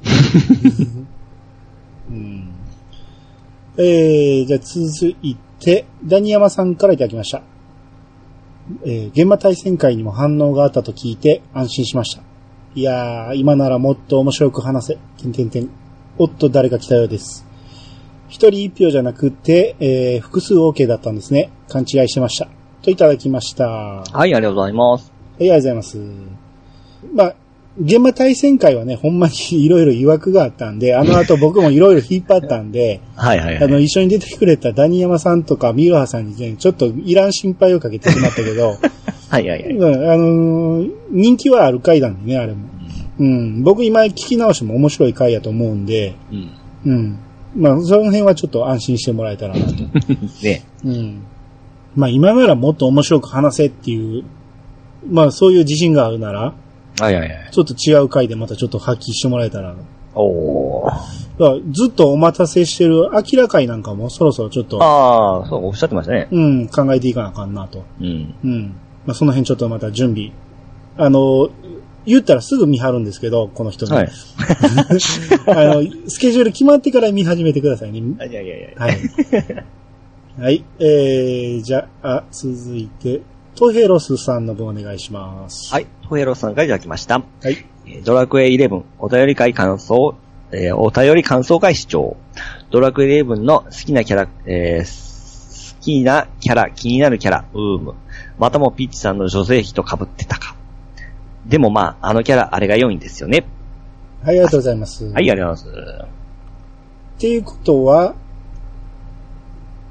うん、えー、じゃあ続いて、ダニヤマさんからいただきました。えー、現場対戦会にも反応があったと聞いて安心しました。いやー、今ならもっと面白く話せ。てんてんてん。おっと、誰か来たようです。一人一票じゃなくて、えー、複数 OK だったんですね。勘違いしてました。といただきました。 はい、ありがとうございます。 はい、ありがとうございます。まあ、現場対戦会はね、ほんまにいろいろ疑惑があったんで、あの後僕もいろいろ引っ張ったんで、はいはいはい。あの、一緒に出てくれたダニヤマさんとかミルハさんにね、ちょっといらん心配をかけてしまったけど、はいはいはい。あのー、人気はある回なんでね、あれも。うん。うん、僕今聞き直しても面白い回やと思うんで、うん。うん。まあ、その辺はちょっと安心してもらえたらなと。ね。うん。まあ、今ならもっと面白く話せっていう、まあ、そういう自信があるなら、はいはいはい。ちょっと違う回でまたちょっと発揮してもらえたら。おー。だからずっとお待たせしてる明らかいなんかもそろそろちょっと。 ああ、そう、おっしゃってましたね。 うん、考えていかなあかんなと。うん。うん。まあ、その辺ちょっとまた準備。あの、言ったらすぐ見張るんですけど、この人に。はい。あの、スケジュール決まってから見始めてくださいね。いやいやいや。はい。はい。えー、じゃあ、続いて、トヘロスさんの分お願いします。 はい。トヘロスさんからいただきました。はい。ドラクエイレブン、お便り会感想、えー、お便り感想会視聴。ドラクエイレブンの好きなキャラ、えー、好きなキャラ、気になるキャラ、うーむ。またもピッチさんの女性比と被ってたか。でもまあ、あのキャラ、あれが良いんですよね。 はい、ありがとうございます。 はい、ありがとうございます。 っていうことは、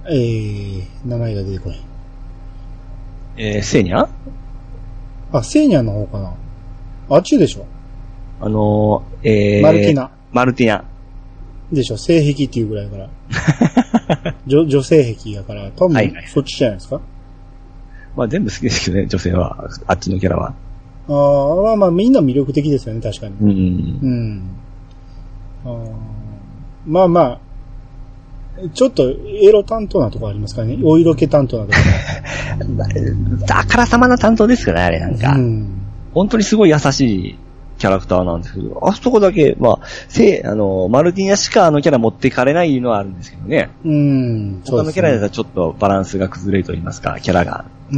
えー、名前が出てこない。 えー、セーニャあ、セーニャの方かな。あっちでしょ。 あのー、えー、 マルティナ。 マルティナ。 でしょ。性癖っていうぐらいから。女、女性癖やから、多分、はいはい、そっちじゃないですか。 まあ全部好きですけどね、女性は。あっちのキャラは。 ああ、まあまあみんな魅力的ですよね、確かに。 うん。 うん。あまあまあ、ちょっとエロ担当なとこありますからね。お色気担当なとこあからさまな担当ですからね、あれなんか。うん。本当にすごい優しいキャラクターなんですけど、あそこだけ、まあ、せあの、マルティナしかあのキャラ持っていかれないのはあるんですけどね。 うん。 他のキャラだったらちょっとバランスが崩れると言いますか、キャラが。 うん。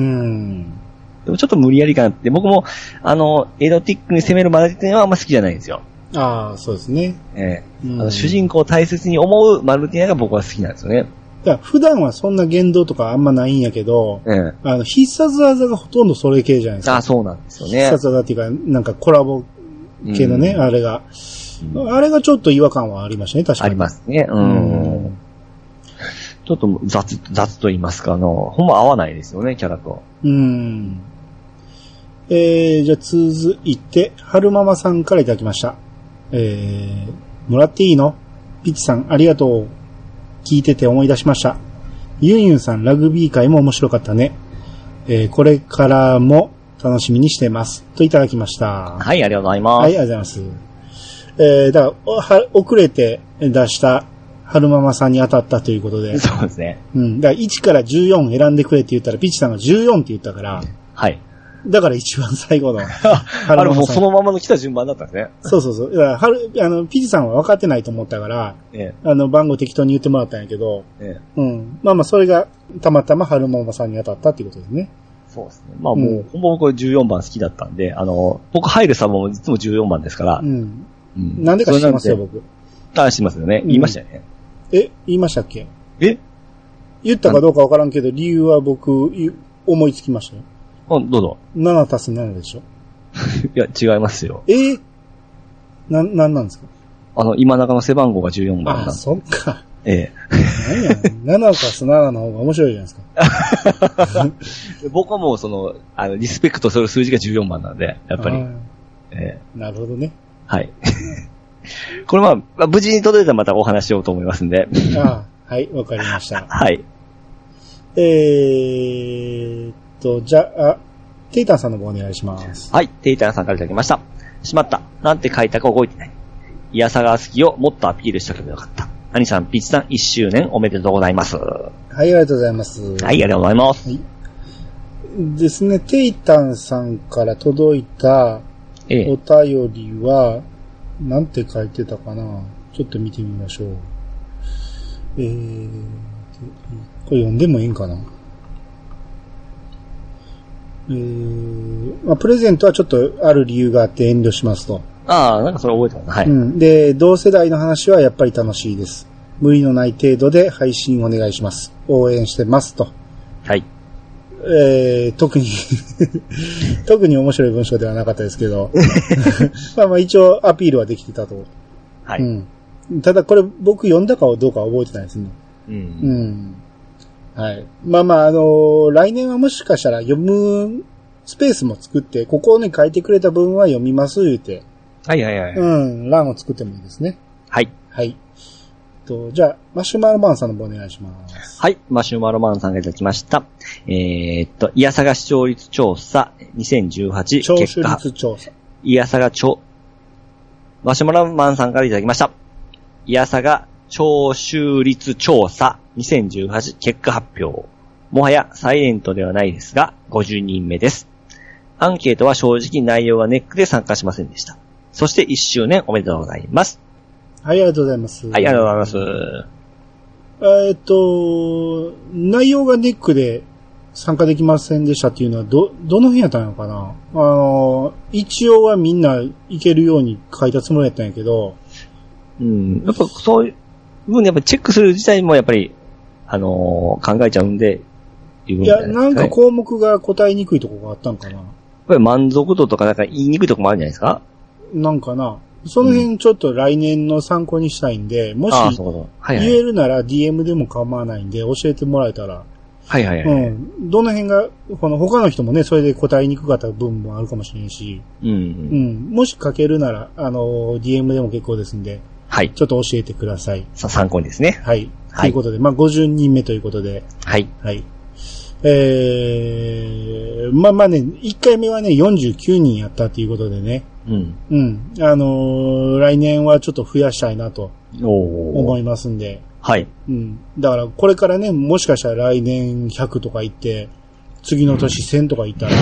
でもちょっと無理やりかなって、僕も、あの、エロティックに攻めるマルティナはあんま好きじゃないんですよ。 ああ、そうですね。 ええ、うん、あの主人公を大切に思うマルティナが僕は好きなんですよね。 だから普段はそんな言動とかあんまないんやけど、ええ、あの必殺技がほとんどそれ系じゃないですか。 あ、そうなんですよね。 必殺技っていうか、なんかコラボ系のね、うん、あれが、うん。あれがちょっと違和感はありましたね、確かに。 ありますね。うん。うん、ちょっと雑、雑と言いますか、あの、ほんま合わないですよね、キャラと。 うん。えー、じゃあ続いて、春ママさんからいただきました。えー、もらっていいの？ピッチさん、ありがとう。聞いてて思い出しました。ユンユンさん、ラグビー界も面白かったね。えー、これからも楽しみにしてます。といただきました。 はい、ありがとうございます。 はい、ありがとうございます。えー、だから、は遅れて出した春ママさんに当たったということで。 そうですね。 うん。だからいちからじゅうよん選んでくれって言ったら、ピッチさんがじゅうよんって言ったから。 はい。 だから一番最後の。 あれもうそのままの来た順番だったんですね。 そうそうそう。だから春、あの、ピチさんは分かってないと思ったから、ええ、あの、番号適当に言ってもらったんやけど、ええ、うん。まあまあ、それがたまたま春ママさんに当たったっていうことですね。 そうですね。まあもう、うん、ほんま僕じゅうよんばん好きだったんで、あの、僕入るサもいつもじゅうよんばんですから。うん。うん、 なんでか知ってますよ、僕。 あ、知ってますよね。言いましたよね。 うん、え、言いましたっけ？ え言ったかどうかわからんけど、理由は僕、思いつきましたよ。 あ、どうぞ。 ななたすななでしょいや、違いますよ。 えー、な、なんなんですか？ あの、今中の背番号がじゅうよんばんなんで。 あ、そっか。 ええ。 何や、ななたすななの方が面白いじゃないですか。 僕はもうその、あの、リスペクトする数字がじゅうよんばんなんで、やっぱり。ええ。なるほどね。 はい。これまあ、無事に届いたらまたお話しようと思いますんで。 ああ、はい、わかりました。 はい。 えー、と、じゃあ、テイタンさんの方お願いします。 はい、テイタンさんからいただきました。しまった。なんて書いたか覚えてない。イヤサガ好きをもっとアピールしとけばよかった。アニさん、ピッチさんいっしゅうねんおめでとうございます。 はい、ありがとうございます。 はい、ありがとうございます。はい、 ですね、テイタンさんから届いたお便りは、ええ、なんて書いてたかな？ちょっと見てみましょう。えー、これ読んでもいいんかな？えーまあ、プレゼントはちょっとある理由があって遠慮しますと。 ああ、なんかそれ覚えてます。はい、 うん。で、同世代の話はやっぱり楽しいです。無理のない程度で配信お願いします。応援してますと。 はい。 えー、特に、特に面白い文章ではなかったですけど。まあまあ一応アピールはできてたと。 はい。 うん。ただこれ僕読んだかどうかは覚えてないですね。 うん。うん。はい。まあまあ、あのー、来年はもしかしたら読むスペースも作って、ここに書いてくれた分は読みます言うて。 はいはいはい。 うん、欄を作ってもいいですね。 はい。 はい。と、じゃあ、マシュマロマンさんの方お願いします。 はい。マシュマロマンさんがいただきました。えー、っと、イヤサガ視聴率調査にせんじゅうはち。 聴取率調査。 イヤサガ聴、マシュマロマンさんからいただきました。イヤサガ聴取率調査にせんじゅうはち結果発表。もはやサイレントではないですが、ごじゅうにんめです。アンケートは正直内容がネックで参加しませんでした。そしていっしゅうねんおめでとうございます。 はい、ありがとうございます。 はい、ありがとうございます。 えっと、内容がネックで参加できませんでしたっていうのは、ど、どの辺やったのかな？あの、一応はみんないけるように書いたつもりやったんやけど。 うん、やっぱそういう部分でやっぱチェックする自体もやっぱり、あのー、考えちゃうんで、 いや、なんか項目が答えにくいところがあったんかな。やっぱり満足度とかなんか言いにくいところもあるんじゃないですか？ なんかな。 その辺ちょっと来年の参考にしたいんで、もし言えるなら ディーエム でも構わないんで教えてもらえたら。 はいはいはい。 うん。どの辺が、この他の人もね、それで答えにくかった部分もあるかもしれんし。うん、うん。うん。もし書けるなら、あの、ディーエム でも結構ですんで。はい。ちょっと教えてください。 さ、参考にですね。 はい。はい。ということで、まあ、ごじゅうにんめということで。はい。はい。えー、まあまあね、いっかいめはね、よんじゅうきゅうにんやったということでね。うん。うん。あのー、来年はちょっと増やしたいなと。思いますんで。はい。うん。だから、これからね、もしかしたら来年ひゃくとか行って、次の年せんとか行ったら、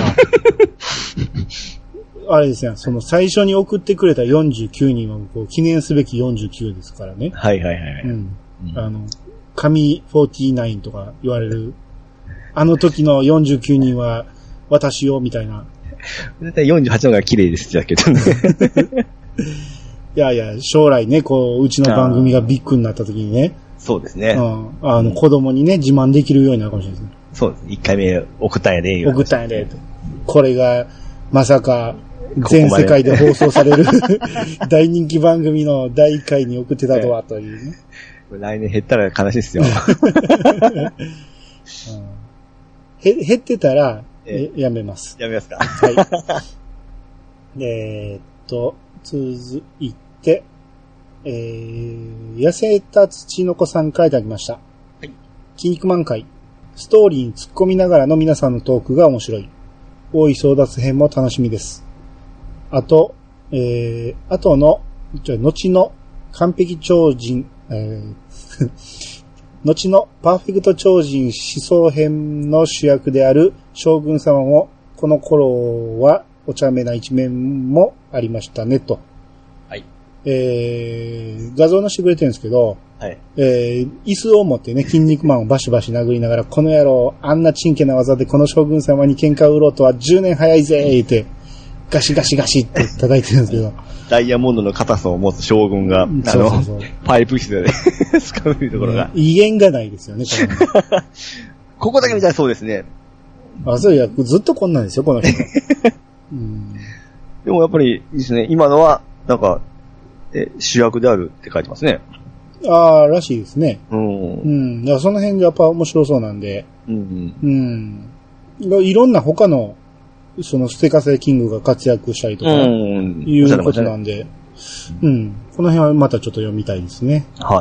あれですね、その最初に送ってくれたよんじゅうきゅうにんはこう記念すべきよんじゅうきゅうですからね。はいはいはい。うん。うん、あの、神よんじゅうきゅうとか言われる、あの時のよんじゅうきゅうにんは私よ、みたいな。 だいたいよんじゅうはちの方が綺麗ですだけどね。 いやいや、将来ね、こう、うちの番組がビッグになった時にね。 そうですね。 うん。あの、子供にね、自慢できるようになるかもしれないですね。 そうです。いっかいめ送ったんやで。 送ったんやで。これが、まさか、全世界で放送される大人気番組のだいいっかいに送ってたとは、というね。 来年減ったら悲しいですよ。 うん、へ減ってたら、えやめます。 やめますか。はい。 えー、っと、続いて、えー、痩せた土の子さんからいただきました。はい。筋肉満開。ストーリーに突っ込みながらの皆さんのトークが面白い。大井争奪編も楽しみです。あと、えー、あとの、じゃ後の完璧超人、えー、後のパーフェクト超人思想編の主役である将軍様も、この頃はお茶目な一面もありましたね、と。はい。えー、画像のしてくれてるんですけど、はい。えー、椅子を持ってね、筋肉マンをバシバシ殴りながら、この野郎、あんなチンケな技でこの将軍様に喧嘩を売ろうとはじゅうねん早いぜーって、ガシガシガシって叩いてるんですけど。 ダイヤモンドの硬さを持つ将軍が、あの、そうそうそうパイプ室でスカムるところが、 ね。威厳がないですよね、これ。 ここだけ見たらそうですね。 あ、そういや、ずっとこんなんですよ、この人。 うん、でもやっぱりいいですね。今のは、なんか、え、主役であるって書いてますね。 ああ、らしいですね。うん。うん。だからその辺がやっぱ面白そうなんで。うん、うん。うん。いろんな他の、そのステカセキングが活躍したりとか、うん、いうことなんで、うん、うん。この辺はまたちょっと読みたいですね。はい。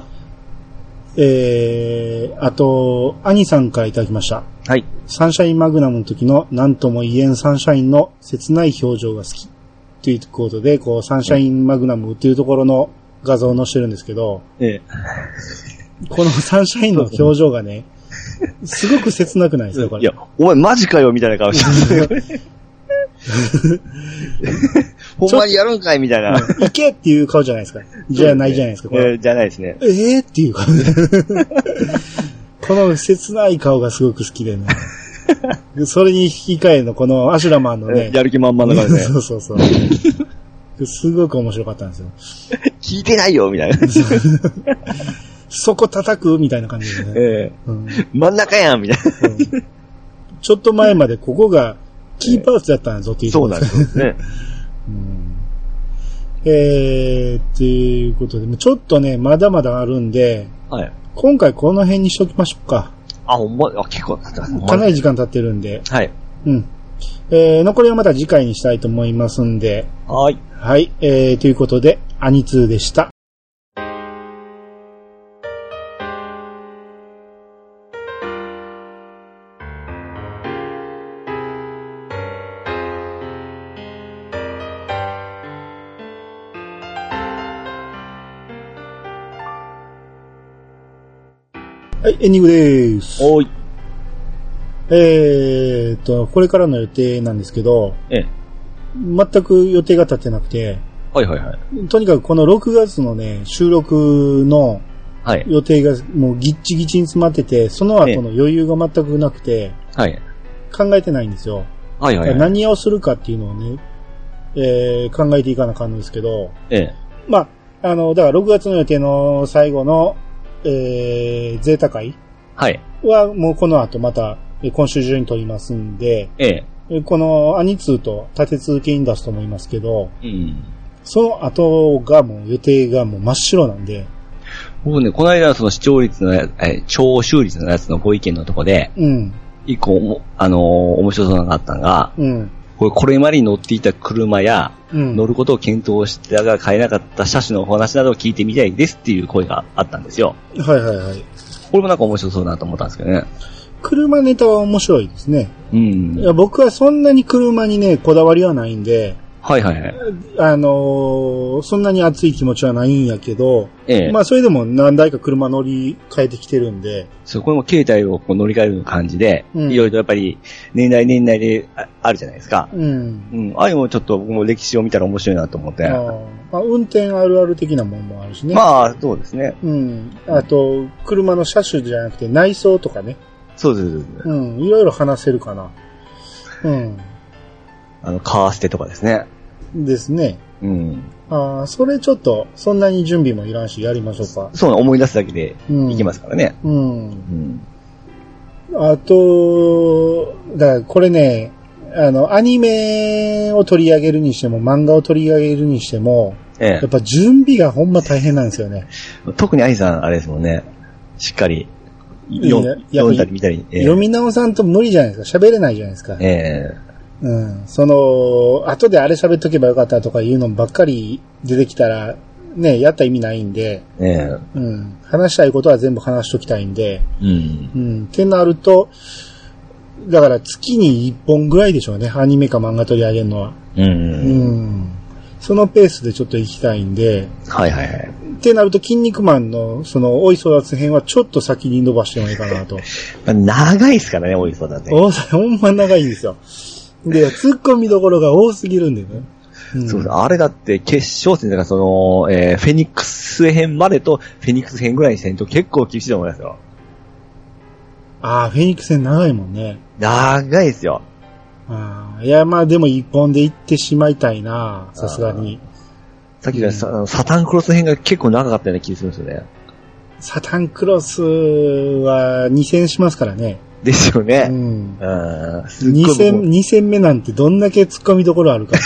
えー、あと、兄さんからいただきました。はい。サンシャインマグナムの時の何とも言えんサンシャインの切ない表情が好き。ということで、こう、サンシャインマグナムっていうところの画像を載せてるんですけど、ええ、このサンシャインの表情がね、すごく切なくないですか、これ。 いや、お前マジかよみたいな顔してる。ほんまにやるんかいみたいな。 いけっていう顔じゃないですか。じゃないじゃないですか、これ。 えー、じゃないですね。 えーっていう顔で。この切ない顔がすごく好きでね。それに引き換えのこのアシュラマンのね。 やる気満々の顔ね。 そうそうそう。すごく面白かったんですよ。 聞いてないよみたいな。 そこ叩くみたいな感じでね。ええーうん、真ん中やんみたいな、うん。 ちょっと前までここがキーパーツだったんぞっていう、 えー。そうなんですね。 うん、えー、っていうことで、ちょっとね、まだまだあるんで、はい、今回この辺にしときましょうか。 あ、ほんま、あ、結構経ってます。 かなり時間経ってるんで。はい。うん。えー、残りはまた次回にしたいと思いますんで。はい。はい。えー、ということで、アニツーでした。はい、エンディングでーす。おーい。えーっと、これからの予定なんですけど、ええ、全く予定が立ってなくて、はいはいはい。とにかくこのろくがつのね、収録の予定がもうギッチギチに詰まってて、その後の余裕が全くなくて、はい、考えてないんですよ。はいはいはい。何をするかっていうのをね、えー、考えていかなあかんのですけど、ええ、まあ、あの、だからろくがつの予定の最後の、えー、ゼータ会はい。は、もうこの後また、今週中に撮りますんで、ええ。このアニツーと立て続けに出すと思いますけど、うん。 その後がもう予定がもう真っ白なんで。 僕ね、この間その視聴率の、え、聴取率のやつのご意見のとこで、 うん。 一個、あのー、面白そうなのがあったのが、 うん。 これ、これまでに乗っていた車や、 うん、 乗ることを検討したが買えなかった車種のお話などを聞いてみたいですっていう声があったんですよ。 はいはいはい。 これもなんか面白そうだなと思ったんですけどね。 車ネタは面白いですね。 うん。 いや僕はそんなに車にね、こだわりはないんで、 はいはいはい。 あのー、そんなに熱い気持ちはないんやけど、 ええ、 まあそれでも何台か車乗り換えてきてるんで。 そう、これも携帯をこう乗り換える感じで、うん、いろいろとやっぱり年代年代で あ, あるじゃないですか。うん。うん。ああいうのもちょっと僕も歴史を見たら面白いなと思って。 あまあ、運転あるある的なもんもあるしね。 まあ、そうですね。 うん。あと、車の車種じゃなくて内装とかね。 そうです。 うん。いろいろ話せるかな。うん。 あの、カーステとかですね。 ですね。 うん。 ああ、それちょっと、そんなに準備もいらんし、やりましょうか。 そう、思い出すだけでいきますからね。 うん。うんうん、あと、だからこれね、あの、アニメを取り上げるにしても、漫画を取り上げるにしても、ええ、やっぱ準備がほんま大変なんですよね。 特にアニさん、あれですもんね。しっかり、読んだり見たり、 ええ。読み直さんと無理じゃないですか。喋れないじゃないですか。ええうん。その、後であれ喋っとけばよかったとかいうのばっかり出てきたら、ね、やった意味ないんで、ええ、うん。話したいことは全部話しときたいんで、うん。うん。ってなると、だから月にいっぽんぐらいでしょうね。アニメか漫画取り上げるのは。うん。うん。そのペースでちょっと行きたいんで、はいはいはい。ってなると、筋肉マンの、その、追い育つ編はちょっと先に伸ばしてもいいかなと。 長いですからね、追い育つ編。 ほんま長いんですよ。で、突っ込みどころが多すぎるんでね。 うん、そうです。あれだって決勝戦だからその、えー、フェニックス編までとフェニックス編ぐらいにせんと結構厳しいと思いますよ。 ああ、フェニックス編長いもんね。 長いですよ。 ああ、いや、まあでも一本で行ってしまいたいな、さすがに。 さっきから、うん、サタンクロス編が結構長かったような気がするんですよね。 サタンクロスはに戦しますからね。 ですよね。うん。 に戦、に戦目なんてどんだけ突っ込みどころあるか。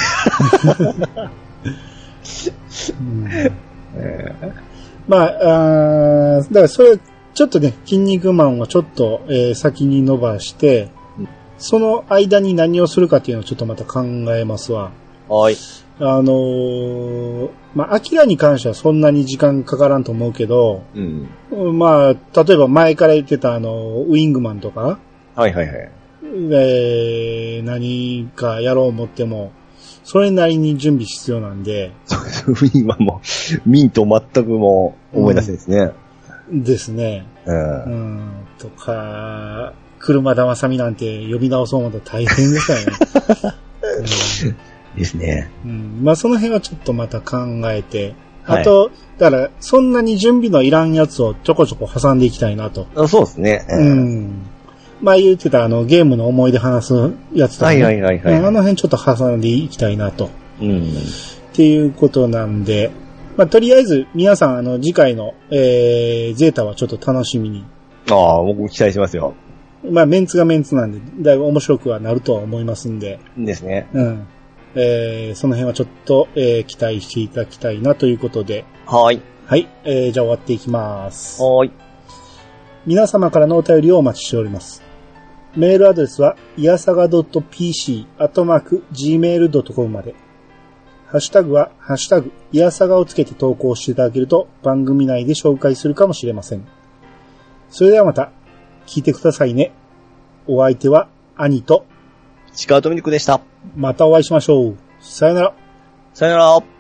うんえー、まあ、あだからそれ、ちょっとね、筋肉マンをちょっと、えー、先に伸ばして、うん、その間に何をするかっていうのをちょっとまた考えますわ。はい。あのー、まあ、アキラに関してはそんなに時間かからんと思うけど、うん、まあ、例えば前から言ってたあの、ウィングマンとか、はいはいはい。えー、何かやろう思っても、それなりに準備必要なんで。 ウィングマンも、ミンと全くもう思い出せですね。 うん、ですね。うん。うん。とか、車田正美なんて呼び直そう思ったら大変ですよね。うんですね。 うん。まあ、その辺はちょっとまた考えて。あと、はい、だから、そんなに準備のいらんやつをちょこちょこ挟んでいきたいなと。 あそうですね。 うん。まあ、言ってたあの、ゲームの思い出話すやつとか、ね。はいはいはいはい、うん。あの辺ちょっと挟んでいきたいなと。うん。っていうことなんで、まあ、とりあえず、皆さん、あの、次回の、えー、ゼータはちょっと楽しみに。 ああ、僕も期待しますよ。 まあ、メンツがメンツなんで、だいぶ面白くはなるとは思いますんで。 ですね。 うん。えー、その辺はちょっと、えー、期待していただきたいなということで。 はい。 はい。えー、じゃあ終わっていきます。 はい。 皆様からのお便りをお待ちしております。メールアドレスは、いやさが .pc、アットマーク、ジーメールドットコム まで。ハッシュタグは、ハッシュタグ、いやさがをつけて投稿していただけると、番組内で紹介するかもしれません。それではまた、聞いてくださいね。お相手は、兄と、 チカートミルクでした。 またお会いしましょう。さよなら。 さよなら。